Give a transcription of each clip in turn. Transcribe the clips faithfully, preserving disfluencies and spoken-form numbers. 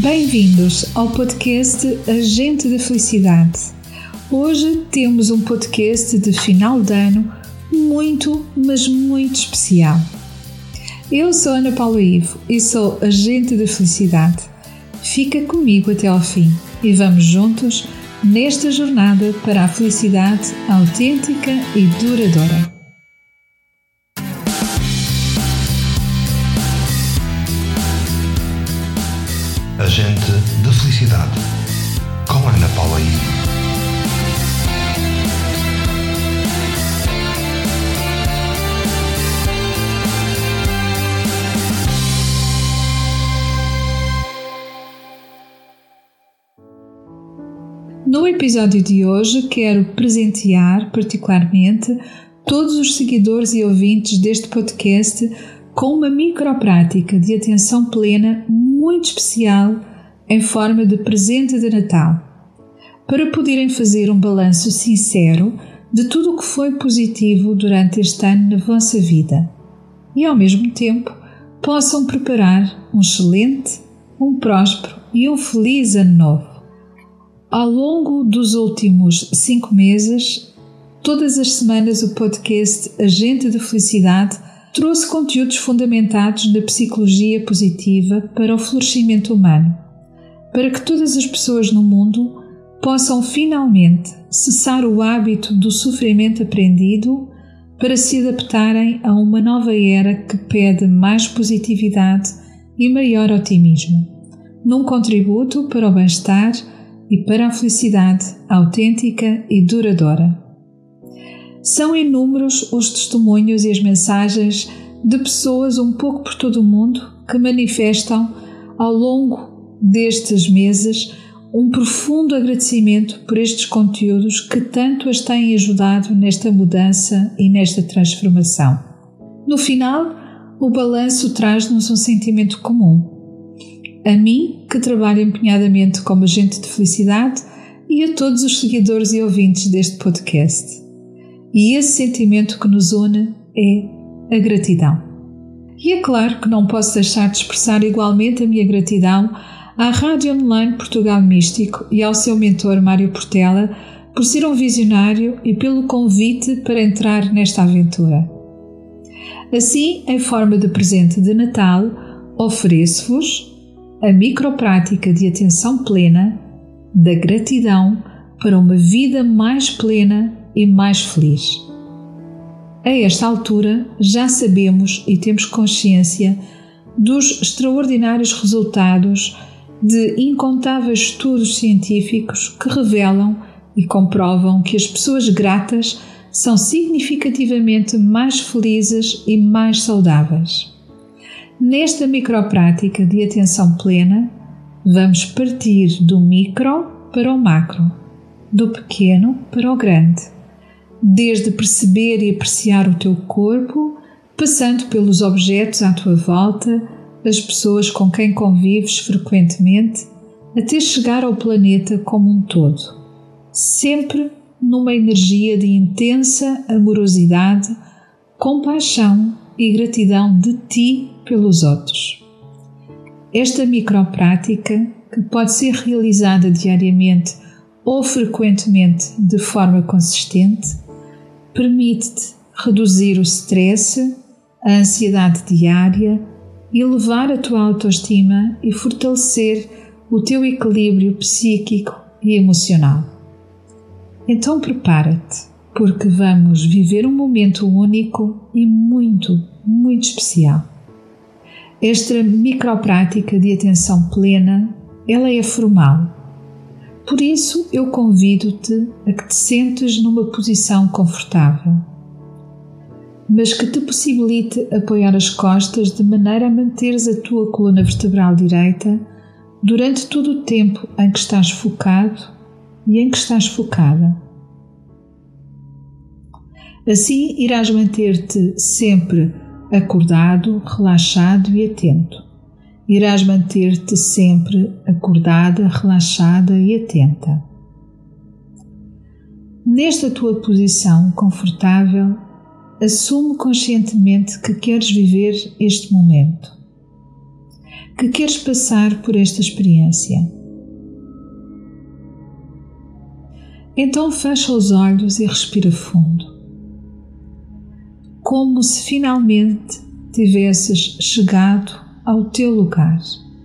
Bem-vindos ao podcast Agente da Felicidade. Hoje temos um podcast de final de ano muito, mas muito especial. Eu sou Ana Paula Ivo e sou Agente da Felicidade. Fica comigo até ao fim e vamos juntos nesta jornada para a felicidade autêntica e duradoura. Agente da Felicidade, com Ana Paula Ivo. No episódio de hoje quero presentear particularmente todos os seguidores e ouvintes deste podcast com uma microprática de atenção plena muito especial em forma de presente de Natal, para poderem fazer um balanço sincero de tudo o que foi positivo durante este ano na vossa vida e, ao mesmo tempo, possam preparar um excelente, um próspero e um feliz ano novo. Ao longo dos últimos cinco meses, todas as semanas o podcast Agente da Felicidade trouxe conteúdos fundamentados na psicologia positiva para o florescimento humano, para que todas as pessoas no mundo possam finalmente cessar o hábito do sofrimento aprendido para se adaptarem a uma nova era que pede mais positividade e maior otimismo, num contributo para o bem-estar e para a felicidade autêntica e duradoura. São inúmeros os testemunhos e as mensagens de pessoas um pouco por todo o mundo que manifestam ao longo destes meses um profundo agradecimento por estes conteúdos que tanto as têm ajudado nesta mudança e nesta transformação. No final, o balanço traz-nos um sentimento comum. A mim, que trabalho empenhadamente como agente de felicidade, e a todos os seguidores e ouvintes deste podcast. E esse sentimento que nos une é a gratidão. E é claro que não posso deixar de expressar igualmente a minha gratidão à Rádio Online Portugal Místico e ao seu mentor Mário Portela por ser um visionário e pelo convite para entrar nesta aventura. Assim, em forma de presente de Natal, ofereço-vos a microprática de atenção plena da gratidão para uma vida mais plena e mais feliz. A esta altura já sabemos e temos consciência dos extraordinários resultados de incontáveis estudos científicos que revelam e comprovam que as pessoas gratas são significativamente mais felizes e mais saudáveis. Nesta microprática de atenção plena, vamos partir do micro para o macro, do pequeno para o grande, desde perceber e apreciar o teu corpo, passando pelos objetos à tua volta, as pessoas com quem convives frequentemente, até chegar ao planeta como um todo, sempre numa energia de intensa amorosidade, compaixão e gratidão de ti pelos outros. Esta microprática, que pode ser realizada diariamente ou frequentemente de forma consistente, permite-te reduzir o stress, a ansiedade diária, elevar a tua autoestima e fortalecer o teu equilíbrio psíquico e emocional. Então prepara-te, porque vamos viver um momento único e muito, muito especial. Esta microprática de atenção plena, ela é formal. Por isso, eu convido-te a que te sentes numa posição confortável, mas que te possibilite apoiar as costas de maneira a manteres a tua coluna vertebral direita durante todo o tempo em que estás focado e em que estás focada. Assim, irás manter-te sempre acordado, relaxado e atento. Irás manter-te sempre acordada, relaxada e atenta. Nesta tua posição confortável, assume conscientemente que queres viver este momento. que queres passar por esta experiência. Então fecha os olhos e respira fundo, como se finalmente tivesses chegado ao teu lugar,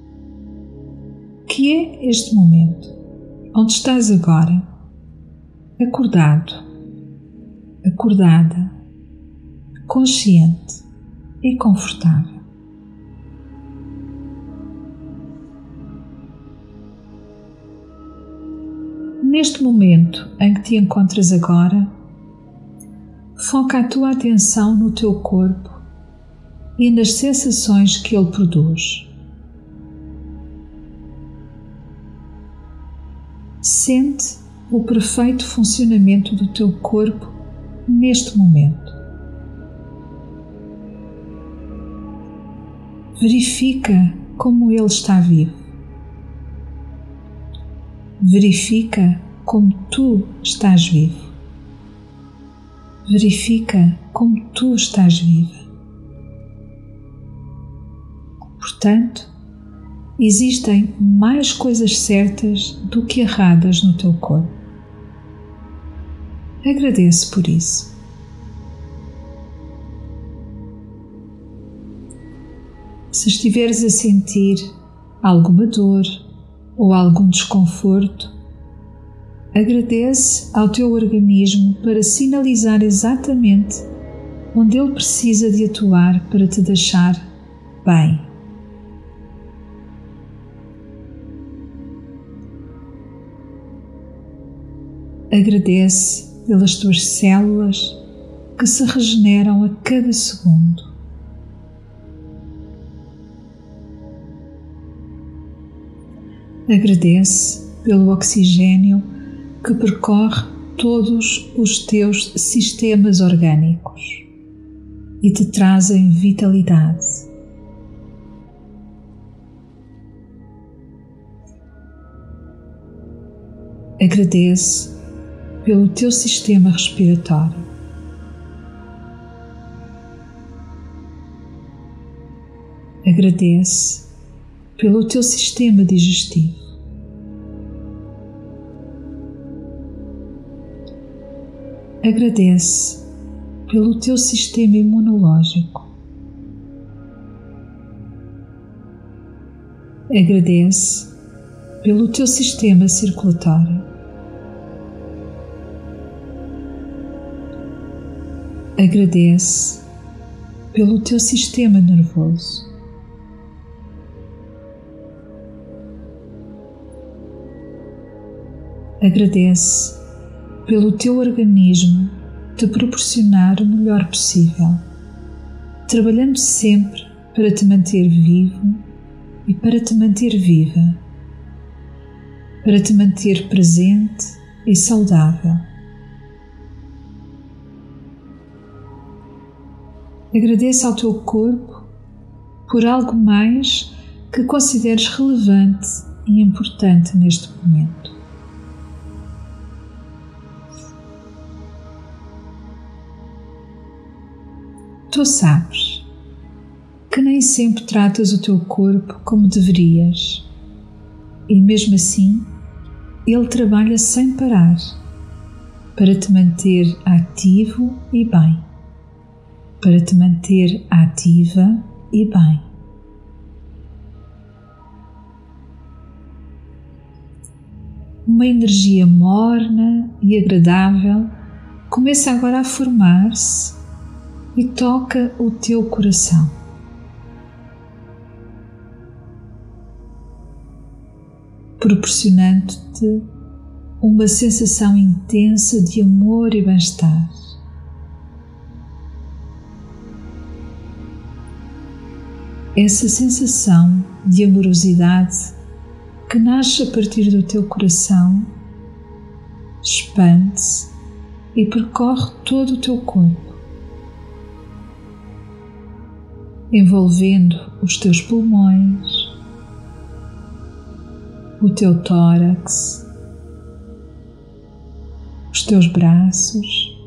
que é este momento, onde estás agora, acordado, acordada, consciente e confortável. Neste momento em que te encontras agora, foca a tua atenção no teu corpo e nas sensações que ele produz. Sente o perfeito funcionamento do teu corpo neste momento. Verifica como ele está vivo. Verifica como tu estás vivo. Verifica como tu estás viva. Portanto, existem mais coisas certas do que erradas no teu corpo. Agradece por isso. Se estiveres a sentir alguma dor ou algum desconforto, agradece ao teu organismo para sinalizar exatamente onde ele precisa de atuar para te deixar bem. Agradece pelas tuas células que se regeneram a cada segundo. Agradece pelo oxigênio que percorre todos os teus sistemas orgânicos e te trazem vitalidade. Agradece pelo teu sistema respiratório. Agradece pelo teu sistema digestivo. Agradece pelo teu sistema imunológico. Agradece pelo teu sistema circulatório. Agradece pelo teu sistema nervoso. Agradece pelo teu organismo te proporcionar o melhor possível, trabalhando sempre para te manter vivo e para te manter viva, para te manter presente e saudável. Agradece ao teu corpo por algo mais que consideres relevante e importante neste momento. Tu sabes que nem sempre tratas o teu corpo como deverias e mesmo assim ele trabalha sem parar para te manter ativo e bem, para te manter ativa e bem. Uma energia morna e agradável começa agora a formar-se e toca o teu coração. Proporcionando-te uma sensação intensa de amor e bem-estar. Essa sensação de amorosidade que nasce a partir do teu coração expande-se e percorre todo o teu corpo, envolvendo os teus pulmões, o teu tórax, os teus braços,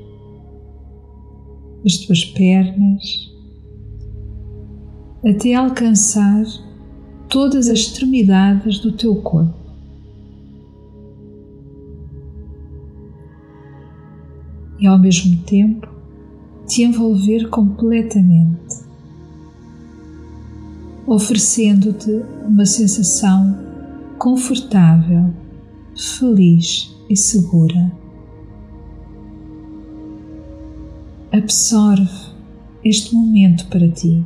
as tuas pernas, até alcançar todas as extremidades do teu corpo. E ao mesmo tempo te envolver completamente, oferecendo-te uma sensação confortável, feliz e segura. Absorve este momento para ti.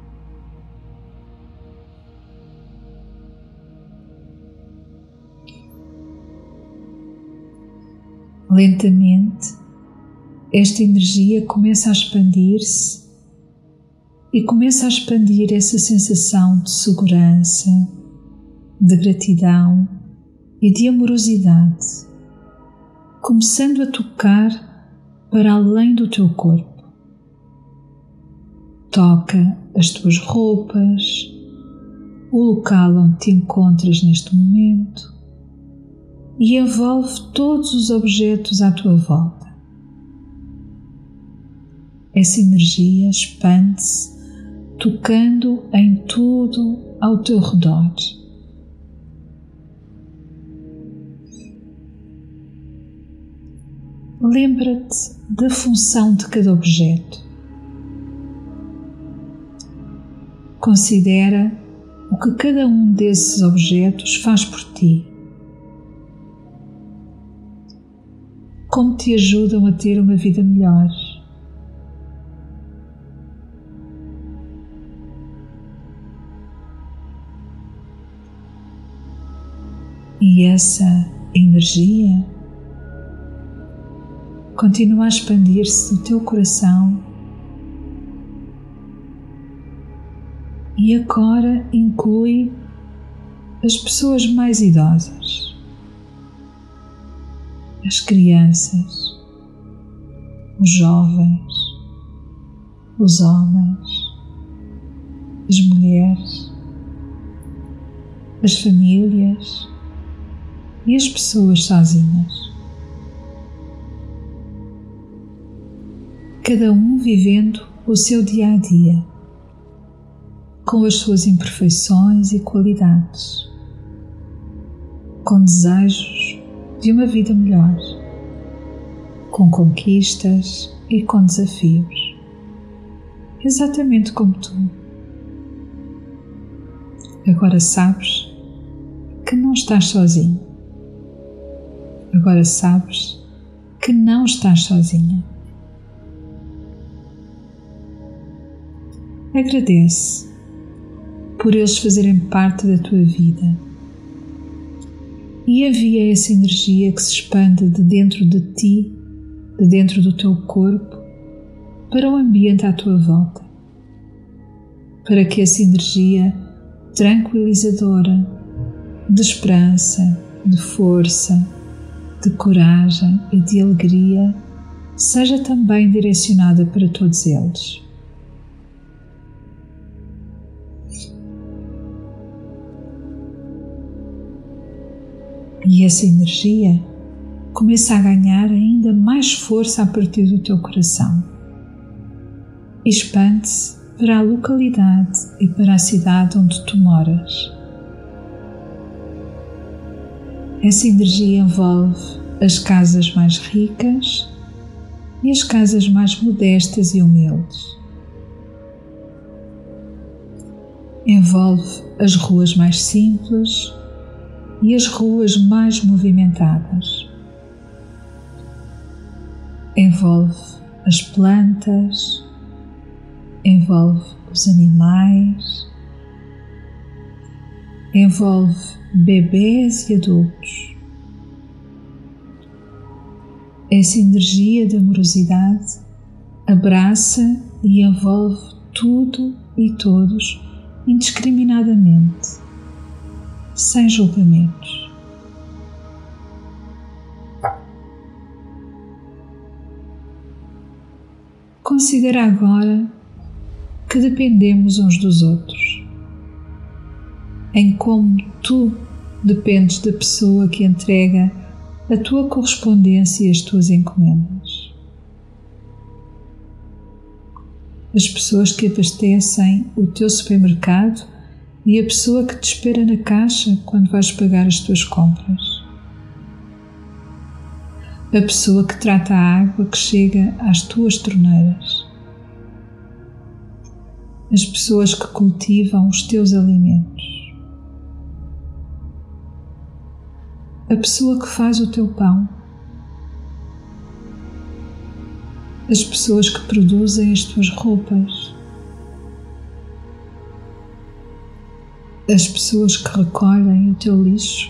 Lentamente, esta energia começa a expandir-se e começa a expandir essa sensação de segurança, de gratidão e de amorosidade, começando a tocar para além do teu corpo. Toca as tuas roupas, o local onde te encontras neste momento e envolve todos os objetos à tua volta. Essa energia expande-se, tocando em tudo ao teu redor. Lembra-te da função de cada objeto. Considera o que cada um desses objetos faz por ti. Como te ajudam a ter uma vida melhor. E essa energia continua a expandir-se do teu coração e agora inclui as pessoas mais idosas, as crianças, os jovens, os homens, as mulheres, as famílias e as pessoas sozinhas. Cada um vivendo o seu dia a dia, com as suas imperfeições e qualidades, com desejos de uma vida melhor, com conquistas e com desafios, exatamente como tu. Agora sabes que não estás sozinho. Agora sabes que não estás sozinha. Agradece por eles fazerem parte da tua vida e envia essa energia que se expande de dentro de ti, de dentro do teu corpo, para o ambiente à tua volta, para que essa energia tranquilizadora, de esperança, de força, de coragem e de alegria seja também direcionada para todos eles. E essa energia começa a ganhar ainda mais força a partir do teu coração. Expande-se para a localidade e para a cidade onde tu moras. Essa energia envolve as casas mais ricas e as casas mais modestas e humildes. Envolve as ruas mais simples e as ruas mais movimentadas. Envolve as plantas, envolve os animais, envolve bebês e adultos. Essa energia de amorosidade abraça e envolve tudo e todos indiscriminadamente, sem julgamentos. Considera agora que dependemos uns dos outros, em como tu dependes da pessoa que entrega a tua correspondência e as tuas encomendas. As pessoas que abastecem o teu supermercado e a pessoa que te espera na caixa quando vais pagar as tuas compras. A pessoa que trata a água que chega às tuas torneiras. As pessoas que cultivam os teus alimentos. A pessoa que faz o teu pão. As pessoas que produzem as tuas roupas. As pessoas que recolhem o teu lixo.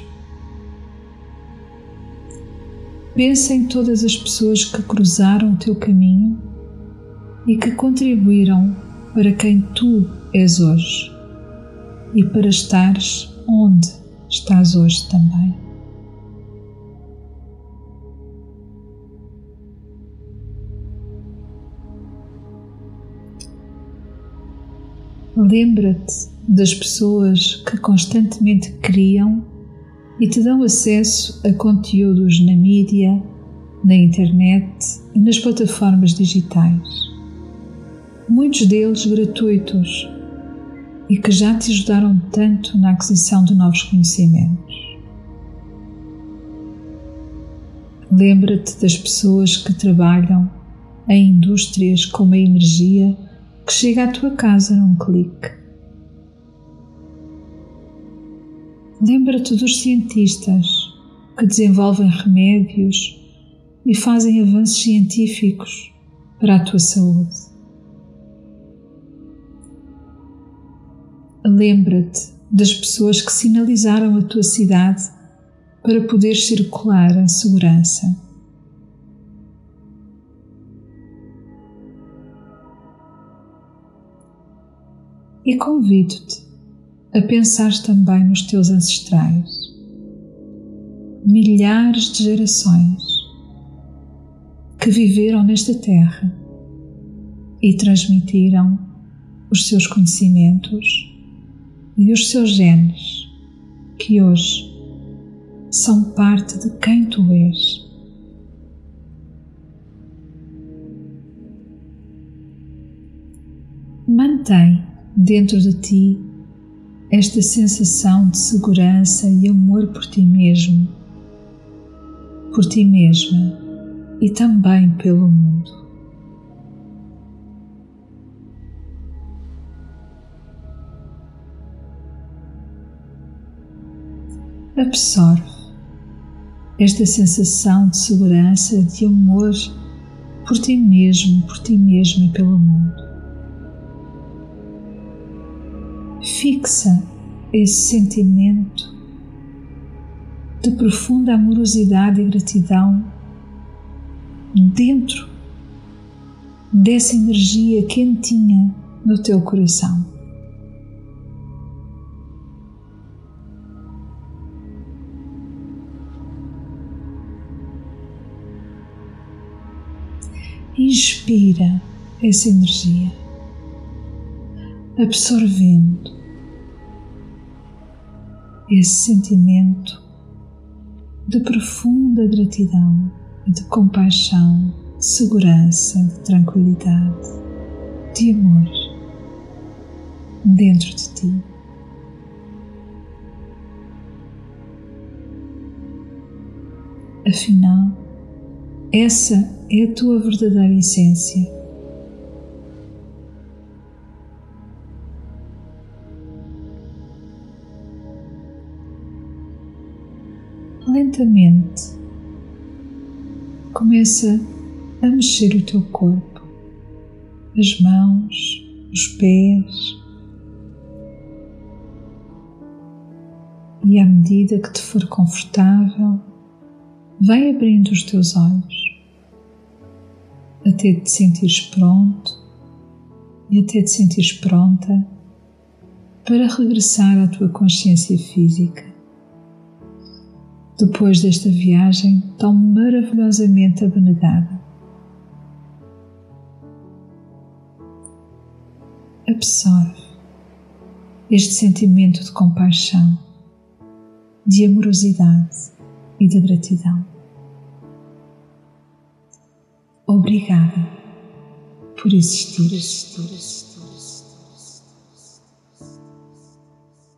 Pensa em todas as pessoas que cruzaram o teu caminho e que contribuíram para quem tu és hoje e para estares onde estás hoje também. Lembra-te das pessoas que constantemente criam e te dão acesso a conteúdos na mídia, na internet e nas plataformas digitais. Muitos deles gratuitos e que já te ajudaram tanto na aquisição de novos conhecimentos. Lembra-te das pessoas que trabalham em indústrias como a energia que chega à tua casa num clique. Lembra-te dos cientistas que desenvolvem remédios e fazem avanços científicos para a tua saúde. Lembra-te das pessoas que sinalizaram a tua cidade para poder circular em segurança. E convido-te a pensar também nos teus ancestrais, milhares de gerações que viveram nesta terra e transmitiram os seus conhecimentos e os seus genes, que hoje são parte de quem tu és. Mantém dentro de ti esta sensação de segurança e amor por ti mesmo, por ti mesma e também pelo mundo. Absorve esta sensação de segurança, de amor por ti mesmo, por ti mesma e pelo mundo. Fixa esse sentimento de profunda amorosidade e gratidão dentro dessa energia quentinha no teu coração. Inspira essa energia, absorvendo esse sentimento de profunda gratidão, de compaixão, de segurança, de tranquilidade, de amor dentro de ti. Afinal, essa é a tua verdadeira essência. Lentamente, começa a mexer o teu corpo, as mãos, os pés, e à medida que te for confortável, vai abrindo os teus olhos, até te sentires pronto e até te sentires pronta para regressar à tua consciência física. Depois desta viagem tão maravilhosamente abnegada. Absorve este sentimento de compaixão, de amorosidade e de gratidão. Obrigada por existir.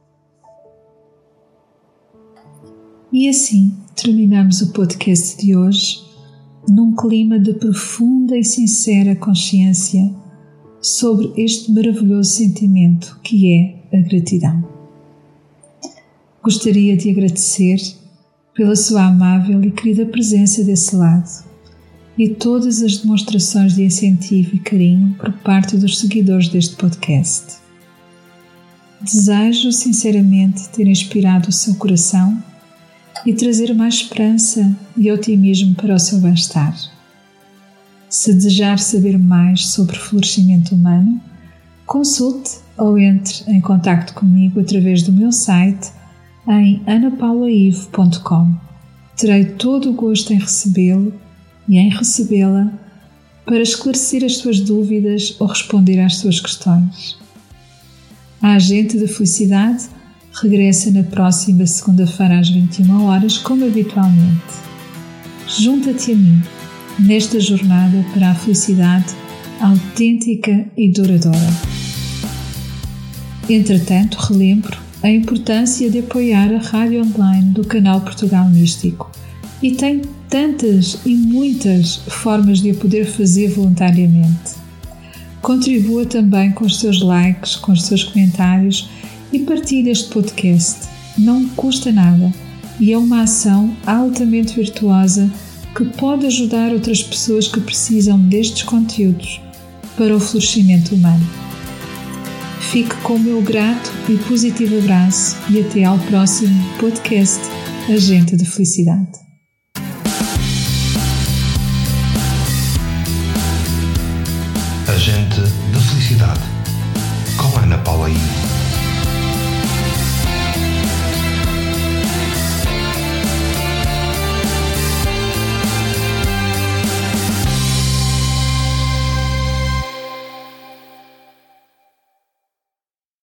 E assim terminamos o podcast de hoje num clima de profunda e sincera consciência sobre este maravilhoso sentimento que é a gratidão. Gostaria de agradecer pela sua amável e querida presença desse lado e todas as demonstrações de incentivo e carinho por parte dos seguidores deste podcast. Desejo sinceramente ter inspirado o seu coração e trazer mais esperança e otimismo para o seu bem-estar. Se desejar saber mais sobre florescimento humano, consulte ou entre em contacto comigo através do meu site em ana paula ivo ponto com. Terei todo o gosto em recebê-lo e em recebê-la para esclarecer as suas dúvidas ou responder às suas questões. A Agente da Felicidade regressa na próxima segunda-feira às vinte e uma horas, como habitualmente. Junta-te a mim nesta jornada para a felicidade autêntica e duradoura. Entretanto, relembro a importância de apoiar a rádio online do canal Portugal Místico e tem tantas e muitas formas de o poder fazer voluntariamente. Contribua também com os seus likes, com os seus comentários e partilhe este podcast. Não custa nada e é uma ação altamente virtuosa que pode ajudar outras pessoas que precisam destes conteúdos para o florescimento humano. Fique com o meu grato e positivo abraço e até ao próximo podcast Agente de Felicidade. Agente de Felicidade, com Ana Paula Ivo.